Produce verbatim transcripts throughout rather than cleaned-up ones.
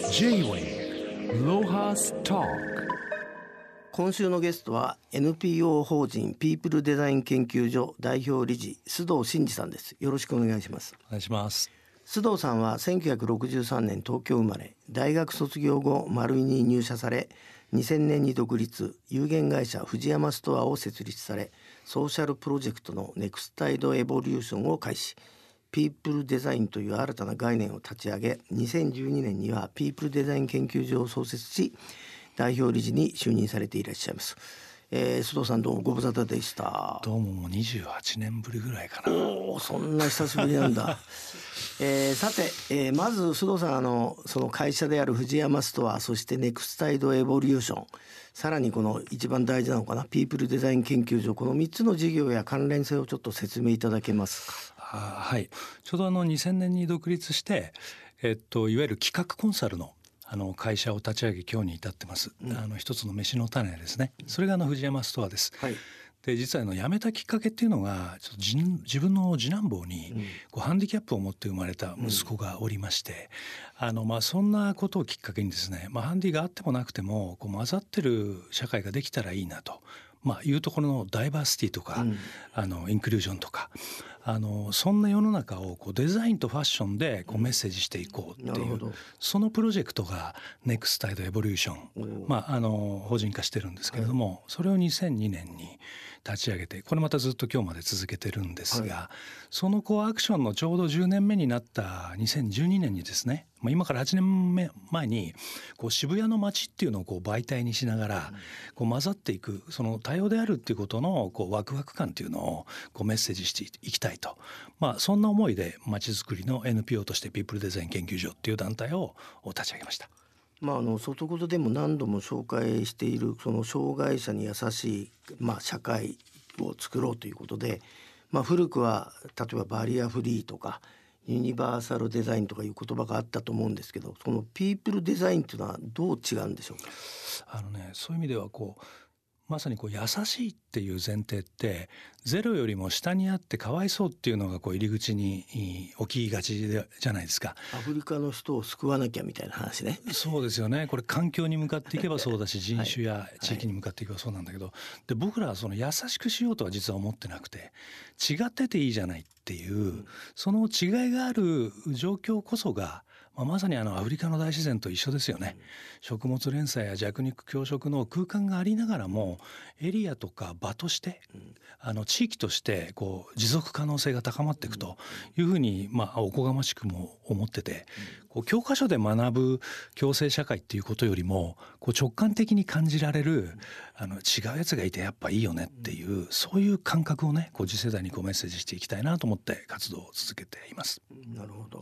J-Way ロハストーク。 今週のゲストは エヌピーオー 法人ピープルデザイン研究所代表理事須藤真二さんです。よろしくお願いします。 お願いします。 須藤さんはせんきゅうひゃくろくじゅうさんねん東京生まれ、大学卒業後丸井に入社され、にせんねんに独立、有限会社藤山ストアを設立され、ソーシャルプロジェクトのネクスタイドエボリューションを開始、ピープルデザインという新たな概念を立ち上げ、にせんじゅうにねんにはピープルデザイン研究所を創設し、代表理事に就任されていらっしゃいます。えー、須藤さんどうもご無沙汰でした。 どうももうにじゅうはちねんぶりぐらいかな。 おー、そんな久しぶりなんだ、えー、さて、えー、まず須藤さん、あのその会社である藤山ストア、そしてネクスタイドエボリューション、さらにこの一番大事なのかな、ピープルデザイン研究所、このみっつの事業や関連性をちょっと説明いただけますか。 あ、はい、ちょうどあのにせんねんに独立して、えっと、いわゆる企画コンサルのあの会社を立ち上げ今日に至ってます、うん、あの一つの飯の種ですね。それがあの藤山ストアです、はい、で実はあの辞めたきっかけっていうのがちょっと自, 自分の次男坊にこうハンディキャップを持って生まれた息子がおりまして、うん、あのまあそんなことをきっかけにですね、まあ、ハンディがあってもなくてもこう混ざってる社会ができたらいいなと、まあ、いうところのダイバーシティとか、うん、あのインクルージョンとか、あのそんな世の中をこうデザインとファッションでこうメッセージしていこうっていう、うん、そのプロジェクトがネクスタイドエボリューション、まあ、あの法人化してるんですけれども、はい、それをにせんにねんに立ち上げて、これまたずっと今日まで続けてるんですが、はい、そのコアアクションのちょうどじゅうねんめになったにせんじゅうにねんにですね、まあ、今からはちねんまえにこう渋谷の街っていうのをこう媒体にしながらこう混ざっていく、その多様であるっていうことのこうワクワク感っていうのをこうメッセージしていきたいと、まあ、そんな思いで街づくりの エヌピーオー としてピープルデザイン研究所っていう団体を立ち上げました。 まあ、あの外言でも何度も紹介しているその障害者に優しい、まあ、社会を作ろうということで、まあ、古くは例えばバリアフリーとかユニバーサルデザインとかいう言葉があったと思うんですけど、そのピープルデザインというのはどう違うんでしょうか。 あのね、そういう意味ではこうまさにこう優しいっていう前提ってゼロよりも下にあってかわいそうっていうのがこう入り口に起きがちでじゃないですか。 アフリカの人を救わなきゃみたいな話ね。 そうですよね。これ環境に向かっていけばそうだし人種や地域に向かっていけばそうなんだけど、で僕らはその優しくしようとは実は思ってなくて、違ってていいじゃないっていう、うん、その違いがある状況こそがまあ、まさにあのアフリカの大自然と一緒ですよね、うん、食物連鎖や弱肉強食の空間がありながらもエリアとか場として、うん、あの地域としてこう持続可能性が高まっていくというふうに、まあ、おこがましくも思ってて、うん、こう教科書で学ぶ共生社会っていうことよりもこう直感的に感じられる、うん、あの違うやつがいてやっぱいいよねっていう、うん、そういう感覚をねこう次世代にこうメッセージしていきたいなと思って活動を続けています。 なるほど。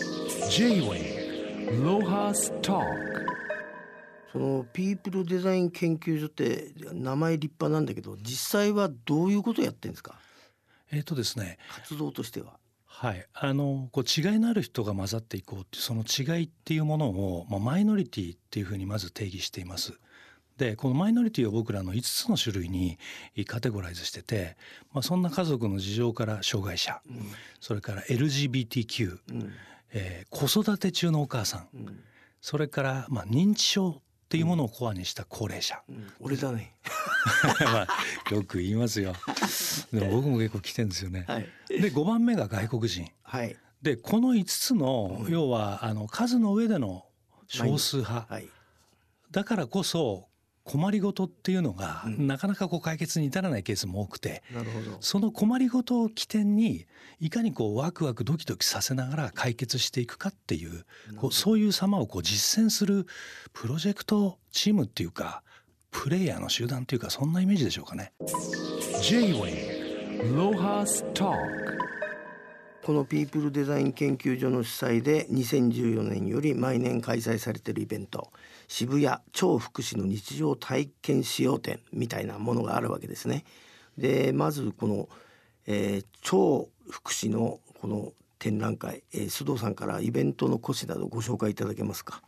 J-Way ロハストーク。 そのピープルデザイン研究所って名前立派なんだけど、実際はどういうことをやってるんですか。 えーとですね、 活動としては。 はい、あのこう違いのある人が混ざっていこうっていうその違いっていうものを、まあ、マイノリティっていうふうにまず定義しています。でこのマイノリティを僕らのいつつの種類にカテゴライズしてて、まあ、そんな家族の事情から障害者、うん、それから エルジービーティーキュー、うんえー、子育て中のお母さん、うん、それからまあ認知症っていうものをコアにした高齢者、 うんうん、俺だねまあ、よく言いますよ。でも僕も結構来てるんですよね、はい、でごばんめが外国人、はい、でこのいつつの、うん、要はあの数の上での少数派、はい、だからこそ困りごとっていうのが、うん、なかなかこう解決に至らないケースも多くて、 なるほど。 その困りごとを起点にいかにこうワクワクドキドキさせながら解決していくかっていう、こうそういう様をこう実践するプロジェクトチームっていうかプレイヤーの集団っていうか、そんなイメージでしょうかね。 J-Way ロハストーク。 このピープルデザイン研究所の主催でにせんじゅうよねんより毎年開催されているイベント、渋谷超福祉の日常体験使用展みたいなものがあるわけですね。でまずこの、えー、超福祉のこの展覧会、えー、須藤さんからイベントの講師などご紹介いただけますか。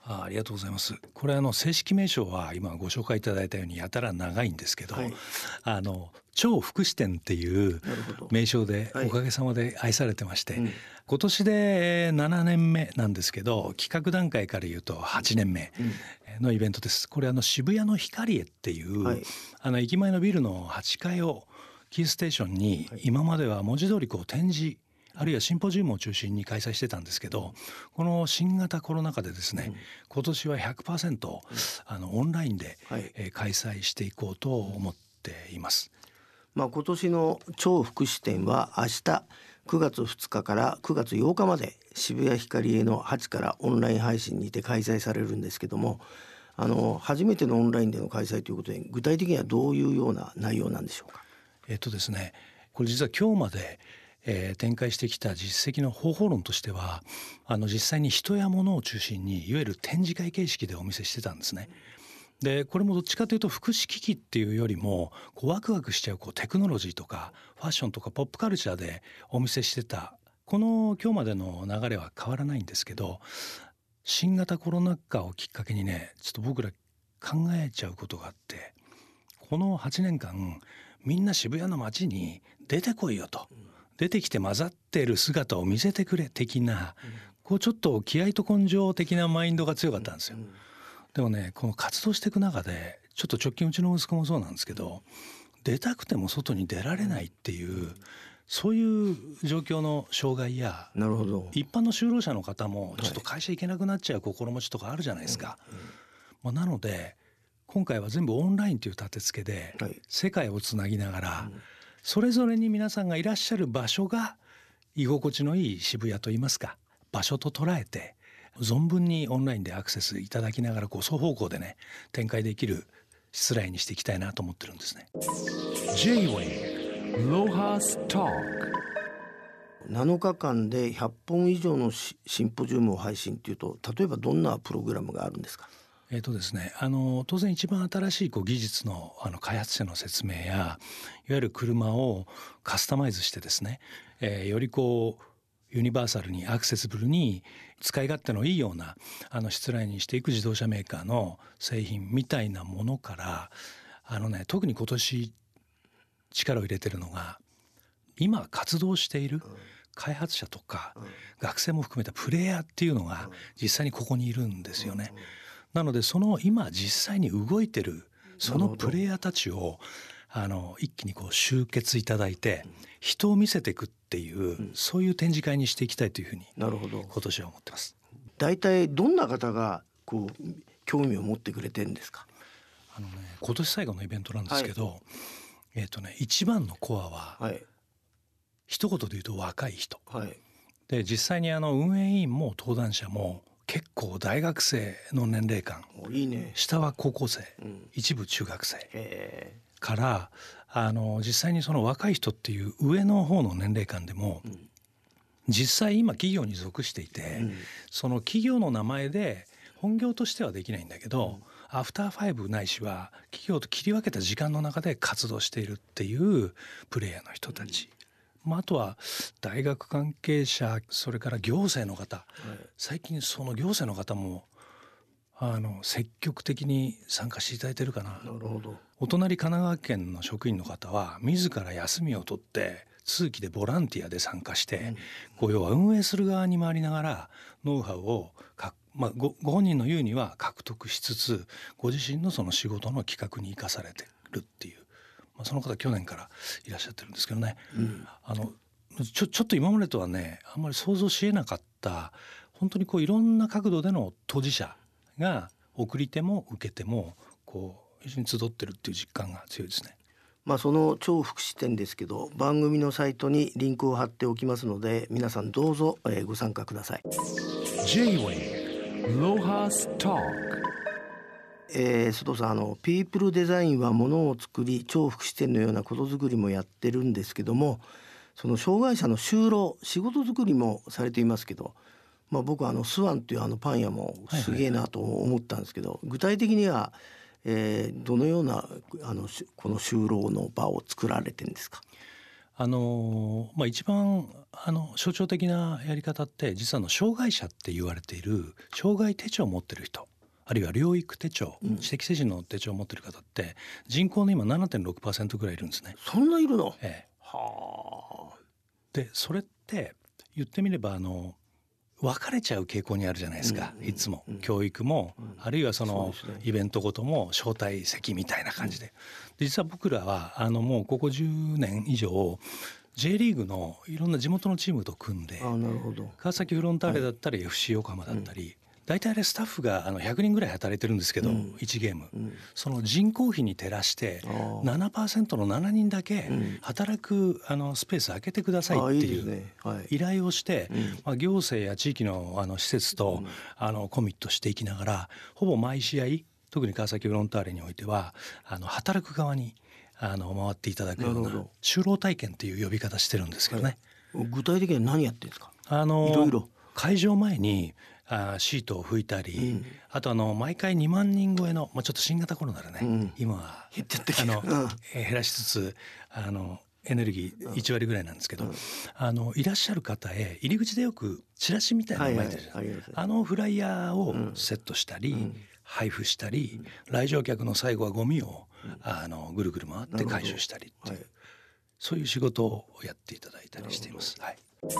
あありがとうございます。これあの正式名称は今ご紹介いただいたようにやたら長いんですけど、はい、あの超福祉展っていう名称でおかげさまで愛されてまして、はい、うん、今年でななねんめなんですけど、企画段階から言うとはちねんめのイベントです。これあの渋谷のヒカリエっていう、はい、あの駅前のビルのはちかいをキーステーションに今までは文字通りこう展示あるいはシンポジウムを中心に開催してたんですけど、この新型コロナ禍でですね、うん、今年は ひゃくパーセント、うん、あのオンラインで、はい、えー、開催していこうと思っています。 まあ、今年の超福祉展は明日くがつふつかからくがつようかまで渋谷ヒカリエのはちからオンライン配信にて開催されるんですけども、あの初めてのオンラインでの開催ということで、具体的にはどういうような内容なんでしょうか。 えっとですね、これ実は今日までえー、展開してきた実績の方法論としては、あの実際に人や物を中心にいわゆる展示会形式でお見せしてたんですね。でこれもどっちかというと福祉機器っていうよりもこうワクワクしちゃうこうテクノロジーとかファッションとかポップカルチャーでお見せしてたこの今日までの流れは変わらないんですけど、新型コロナ禍をきっかけにね、ちょっと僕ら考えちゃうことがあって、このはちねんかんみんな渋谷の街に出てこいよと、出てきて混ざっている姿を見せてくれ的な、こうちょっと気合と根性的なマインドが強かったんですよ。でもね、この活動していく中でちょっと直近うちの息子もそうなんですけど、出たくても外に出られないっていうそういう状況の障害や、 なるほど、 一般の就労者の方もちょっと会社行けなくなっちゃう心持ちとかあるじゃないですか。まあ、なので今回は全部オンラインという立て付けで世界をつなぎながら、それぞれに皆さんがいらっしゃる場所が居心地のいい渋谷といいますか、場所と捉えて存分にオンラインでアクセスいただきながら、こう双方向でね展開できるしつらいにしていきたいなと思ってるんですね。 J-Way ロハストーク。 なのかかんでひゃっぽん以上のシンポジウムを配信というと、例えばどんなプログラムがあるんですか。 えーとですね、あの当然一番新しいこう技術の、あの開発者の説明や、いわゆる車をカスタマイズしてですね、えー、よりこうユニバーサルにアクセシブルに使い勝手のいいようなあのしつらいにしていく自動車メーカーの製品みたいなものから、あのね、特に今年力を入れてるのが、今活動している開発者とか学生も含めたプレイヤーっていうのが実際にここにいるんですよね。なのでその今実際に動いてるそのプレイヤーたちをあの一気にこう集結いただいて人を見せていくっていう、うん、そういう展示会にしていきたいというふうに今年は思ってます。 大体どんな方がこう興味を持ってくれてるんですか。 あのね、今年最後のイベントなんですけど、はい、えーとね、一番のコアは、はい、一言で言うと若い人、はい、で実際にあの運営委員も登壇者も結構大学生の年齢間、 いいね、 下は高校生、うん、一部中学生から、あの実際にその若い人っていう上の方の年齢間でも、うん、実際今企業に属していて、うん、その企業の名前で本業としてはできないんだけど、うん、アフターファイブないしは企業と切り分けた時間の中で活動しているっていうプレイヤーの人たち、うん、まあ、あとは大学関係者、それから行政の方、はい、最近その行政の方もあの積極的に参加していただいてるかな。 なるほど。 お隣神奈川県の職員の方は自ら休みを取って通期でボランティアで参加して、うん、こう要は運営する側に回りながらノウハウをか、まあ、ご, ご本人の言うには獲得しつつ、ご自身のその仕事の企画に生かされてるっていう、まあ、その方去年からいらっしゃってるんですけどね、うん、あのちょ、ちょっと今までとはねあんまり想像しえなかった本当にこういろんな角度での当事者が送り手も受け手もこう一緒に集ってるっていう実感が強いですね。 まあ、その超福祉展ですけど、番組のサイトにリンクを貼っておきますので、皆さんどうぞ、えー、ご参加ください。 J-Way ロハストーク。 えー、須藤さん、あのピープルデザインはものを作り、超福祉展のようなことづくりもやってるんですけども、その障害者の就労仕事作りもされていますけど、まあ、僕はあのスワンっていうあのパン屋もすげえなと思ったんですけど、はいはいはい、具体的には、えー、どのようなあのこの就労の場を作られてるんですか。 あのまあ、一番あの象徴的なやり方って実はあの障害者って言われている障害手帳を持ってる人、あるいは療育手帳、 うん知的精神の手帳を持ってる方って人口の今 ななてんろくパーセント ぐらいいるんですね。 そんないるの？ ええ、 はあ。 でそれって言ってみればあの分かれちゃう傾向にあるじゃないですか、 うんうんいつも、 うん教育も、 うんあるいはそのそうですねイベントごとも招待席みたいな感じで、で実は僕らはあのもうここじゅうねん以上 J リーグのいろんな地元のチームと組んで、 ああ、なるほど。 川崎フロンターレだったり エフシー 横浜だったり、大体あれスタッフがあのひゃくにんぐらい働いてるんですけど、 うんいちゲーム、 うんその人口比に照らしてああななパーセント のななにんだけうん働くあのスペース空けてくださいああ、 っていういいですね。はい。 依頼をして、 うんまあ、行政や地域のあの施設と、 うんあのコミットしていきながらほぼ毎試合、特に川崎フロンターレにおいてはあの働く側にあの回っていただくようななるほど就労体験っていう呼び方してるんですけどね、 はい具体的には何やってるんですか？ あのいろいろ会場前にあシートを拭いたり、 うんあとあの毎回にまんにん超えの、まあ、ちょっと新型コロナでね、 うん今は減ってってきあの、 たうんえー減らしつつあのエネルギーいちわりぐらいなんですけど、 うんあのいらっしゃる方へ入り口でよくチラシみたいなのが巻いてるじゃないですか、 はいはいありますねあのフライヤーをうんセットしたり、 うん配布したり、来場客の最後はゴミを、あのぐるぐる回ってなるほど回収したりっていう、 はいそういう仕事をやっていただいたりしています。はい、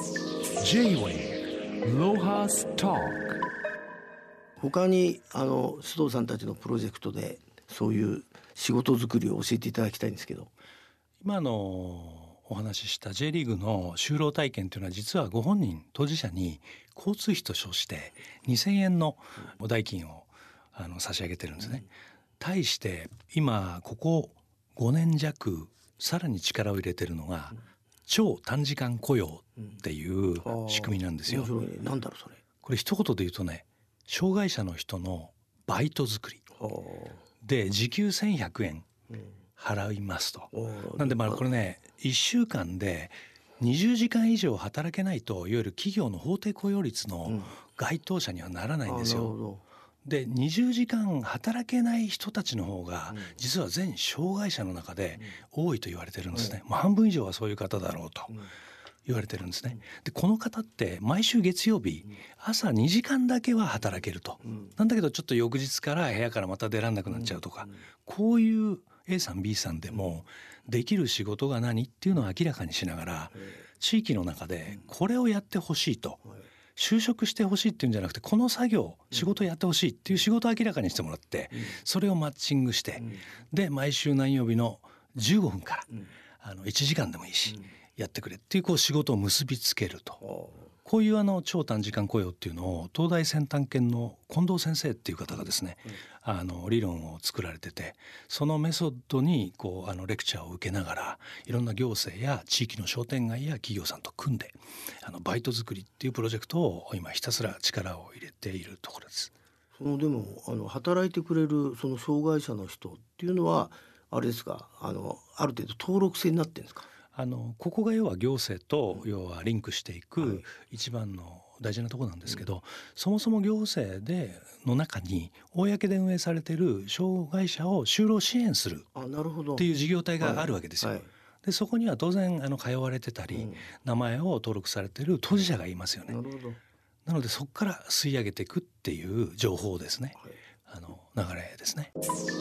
J-Wave Lohas Talk 他にあの須藤さんたちのプロジェクトでそういう仕事作りを教えていただきたいんですけど。 今のお話しした J リーグの就労体験というのは実はご本人当事者に交通費と称してにせんえんのお代金をあの差し上げてるんですね。対して今ここごねん弱さらに力を入れてるのが超短時間雇用っていう仕組みなんですよ。 面白いね。なんだろうそれ。 これ一言で言うとね、障害者の人のバイト作りはで時給せんひゃくえんあ。 払いますと。 うんなんでまあこれねいっしゅうかんでにじゅうじかん以上働けないといわゆる企業の法定雇用率の該当者にはならないんですよ。 あなるほど。 でにじゅうじかん働けない人たちの方が実は全障害者の中で多いと言われてるんですね。まあ半分以上はそういう方だろうと言われてるんですね。でこの方って毎週月曜日朝にじかんだけは働けると。なんだけどちょっと翌日から部屋からまた出られなくなっちゃうとか、こういう A さん B さんでもできる仕事が何っていうのを明らかにしながら地域の中でこれをやってほしいと。就職してほしいっていうんじゃなくてこの作業仕事やってほしいっていう仕事を明らかにしてもらってそれをマッチングしてで毎週何曜日のじゅうごふんからあのいちじかんでもいいしやってくれっていうこう仕事を結びつけると。こういうあの超短時間雇用っていうのを東大先端研の近藤先生っていう方がですね、あの理論を作られてて、そのメソッドにこうあのレクチャーを受けながらいろんな行政や地域の商店街や企業さんと組んであのバイト作りっていうプロジェクトを今ひたすら力を入れているところです。 そのでもあの働いてくれるその障害者の人っていうのはあれですか、あのある程度登録制になってるんですか？ あのここが要は行政と要はリンクしていく一番の大事なところなんですけど、そもそも行政での中に公で運営されている障害者を就労支援するあなるほどっていう事業体があるわけですよ。 はいはいでそこには当然あの通われてたり、 うん名前を登録されている当事者がいますよね。 なるほど。 なのでそこから吸い上げていくっていう情報ですね、 はいあの流れですね。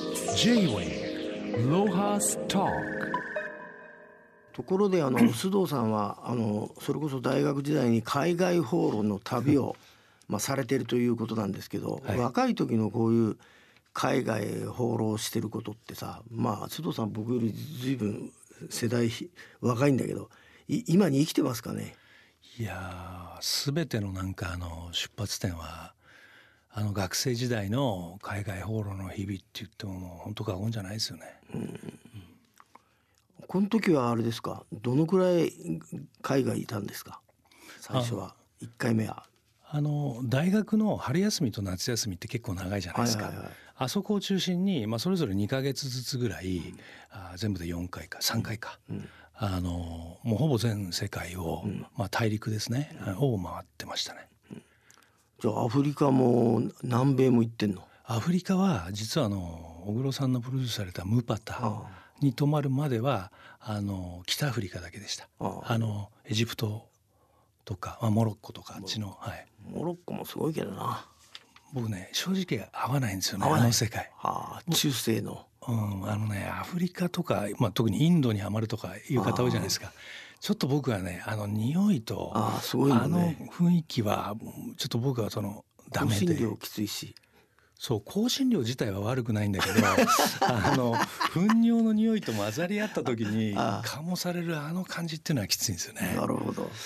J-Wave Lohas Talk ところであの須藤さんはあのそれこそ大学時代に海外放浪の旅をまあされているということなんですけど、 はい若い時のこういう海外放浪してることってさ、まあ須藤さん僕より随分世代若いんだけどい今に生きてますかね？ いやー全てのなんかあの出発点はあの学生時代の海外放浪の日々って言ってももう本当過言じゃないですよね。 この時はあれですか、どのくらい海外いたんですか？最初はいっかいめは。 あの大学の春休みと夏休みって結構長いじゃないですか、 はいはいはいあそこを中心に、まあ、それぞれにかげつずつぐらい、あ全部でよんかいかさんかいか、 うんあのもうほぼ全世界を、まあ、大陸ですね、を回ってましたね。 じゃあアフリカも南米も行ってんの？ アフリカは実はあの小黒さんのプロデュースされたムパタ、 あに泊まるまではあの北アフリカだけでした。 ああのエジプトとか、まあ、モロッコとかあっちの、はい、 モロッコもすごいけどな。 僕ね正直合わないんですよね、 合わないあの世界。 はあ、中世の。 うん、あのねアフリカとか、まあ、特にインドにハマるとかいう方多いじゃないですか。ちょっと僕はねあの匂いとああすごいもあのんね。 雰囲気はちょっと僕はそのダメで。 香辛料きついし。 そう香辛料自体は悪くないんだけどあの糞尿の匂いと混ざり合った時にああ醸されるあの感じっていうのはきついんですよね。 なるほど。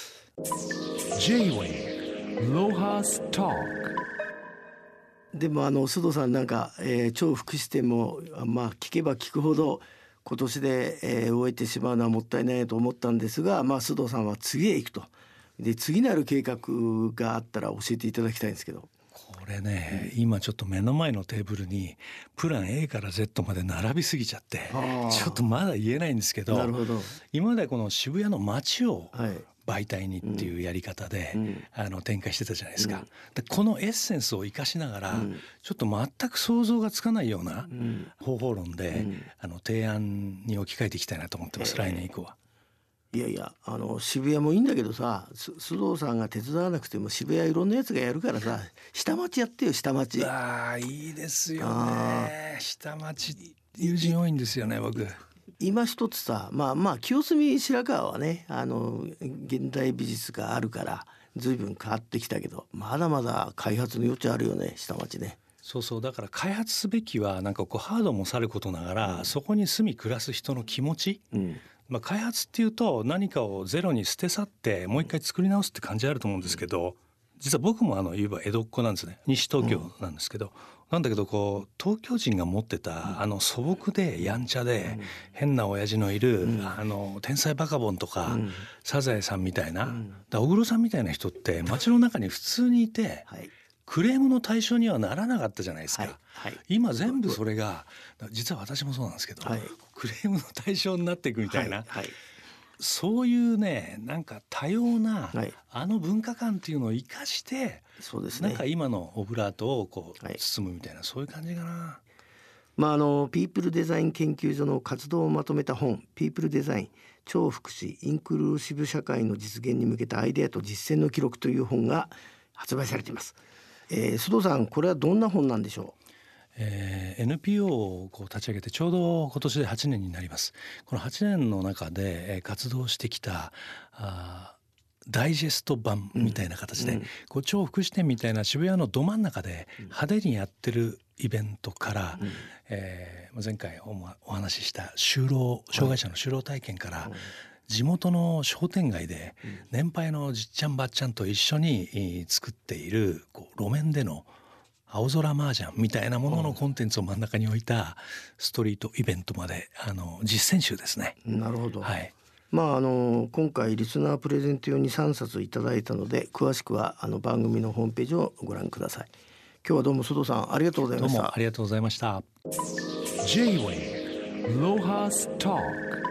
J-Wave Lohas Talk。 でもあの須藤さんなんか、えー超福祉店もあまあ聞けば聞くほど今年で、えー終えてしまうのはもったいないと思ったんですが、まあ、須藤さんは次へ行くと。で次なる計画があったら教えていただきたいんですけど。 これね、今ちょっと目の前のテーブルにプラン A から Z まで並びすぎちゃってああちょっとまだ言えないんですけど、 なるほど。 今までこの渋谷の街をはい。 媒体にっていうやり方で、 うんあの展開してたじゃないですか、 うんでこのエッセンスを生かしながら、 うんちょっと全く想像がつかないようなうん方法論で、 うんあの提案に置き換えていきたいなと思ってます、 えー来年以降は。 いやいやあの渋谷もいいんだけどさ、す須藤さんが手伝わなくても渋谷いろんなやつがやるからさ、下町やってよ下町。 ああいいですよあね。下町友人多いんですよね僕。 今一つさ、まあまあ清澄白河はねあの現代美術があるから随分変わってきたけど、まだまだ開発の余地あるよね下町ね。 そうそうだから開発すべきはなんかこうハードもさることながら、そこに住み暮らす人の気持ち、 うんまあ、開発っていうと何かをゼロに捨て去ってもう一回作り直すって感じあると思うんですけど、実は僕もあの言えば江戸っ子なんですね。西東京なんですけど、なんだけどこう東京人が持ってたあの素朴でやんちゃで変な親父のいるあの天才バカボンとかサザエさんみたいな、だから小黒さんみたいな人って街の中に普通にいてはいクレームの対象にはならなかったじゃないですか、 はいはい今全部それが実は私もそうなんですけど、 はいクレームの対象になっていくみたいな、 はいはいそういうねなんか多様な、 はいあの文化観っていうのを生かして、 そうですね。 なんか今のオブラートをこうはい包むみたいな、そういう感じかな。 まあ、あのピープルデザイン研究所の活動をまとめた本「ピープルデザイン超福祉インクルーシブ社会の実現に向けたアイデアと実践の記録」という本が発売されています。えー、須藤さんこれはどんな本なんでしょえー、エヌピーオー をこう立ち上げてちょうど今年ではちねんになります。このはちねんの中で、えー活動してきたあダイジェスト版みたいな形で、 うんこう超福祉店みたいな渋谷のど真ん中で派手にやってるイベントから、 うんえー前回 お, お話しした就労障害者の就労体験から、地元の商店街で年配のじっちゃんばっちゃんと一緒にえー作っているこう路面での青空麻雀みたいなもののコンテンツを真ん中に置いたストリートイベントまであの実践集ですね。 う。なるほど、 はい、 まあ、あの今回リスナープレゼント用にさんさついただいたので詳しくはあの番組のホームページをご覧ください。今日はどうも須藤さんありがとうございどうました。 もありがとうございました。 J-Wave Lohas Talk。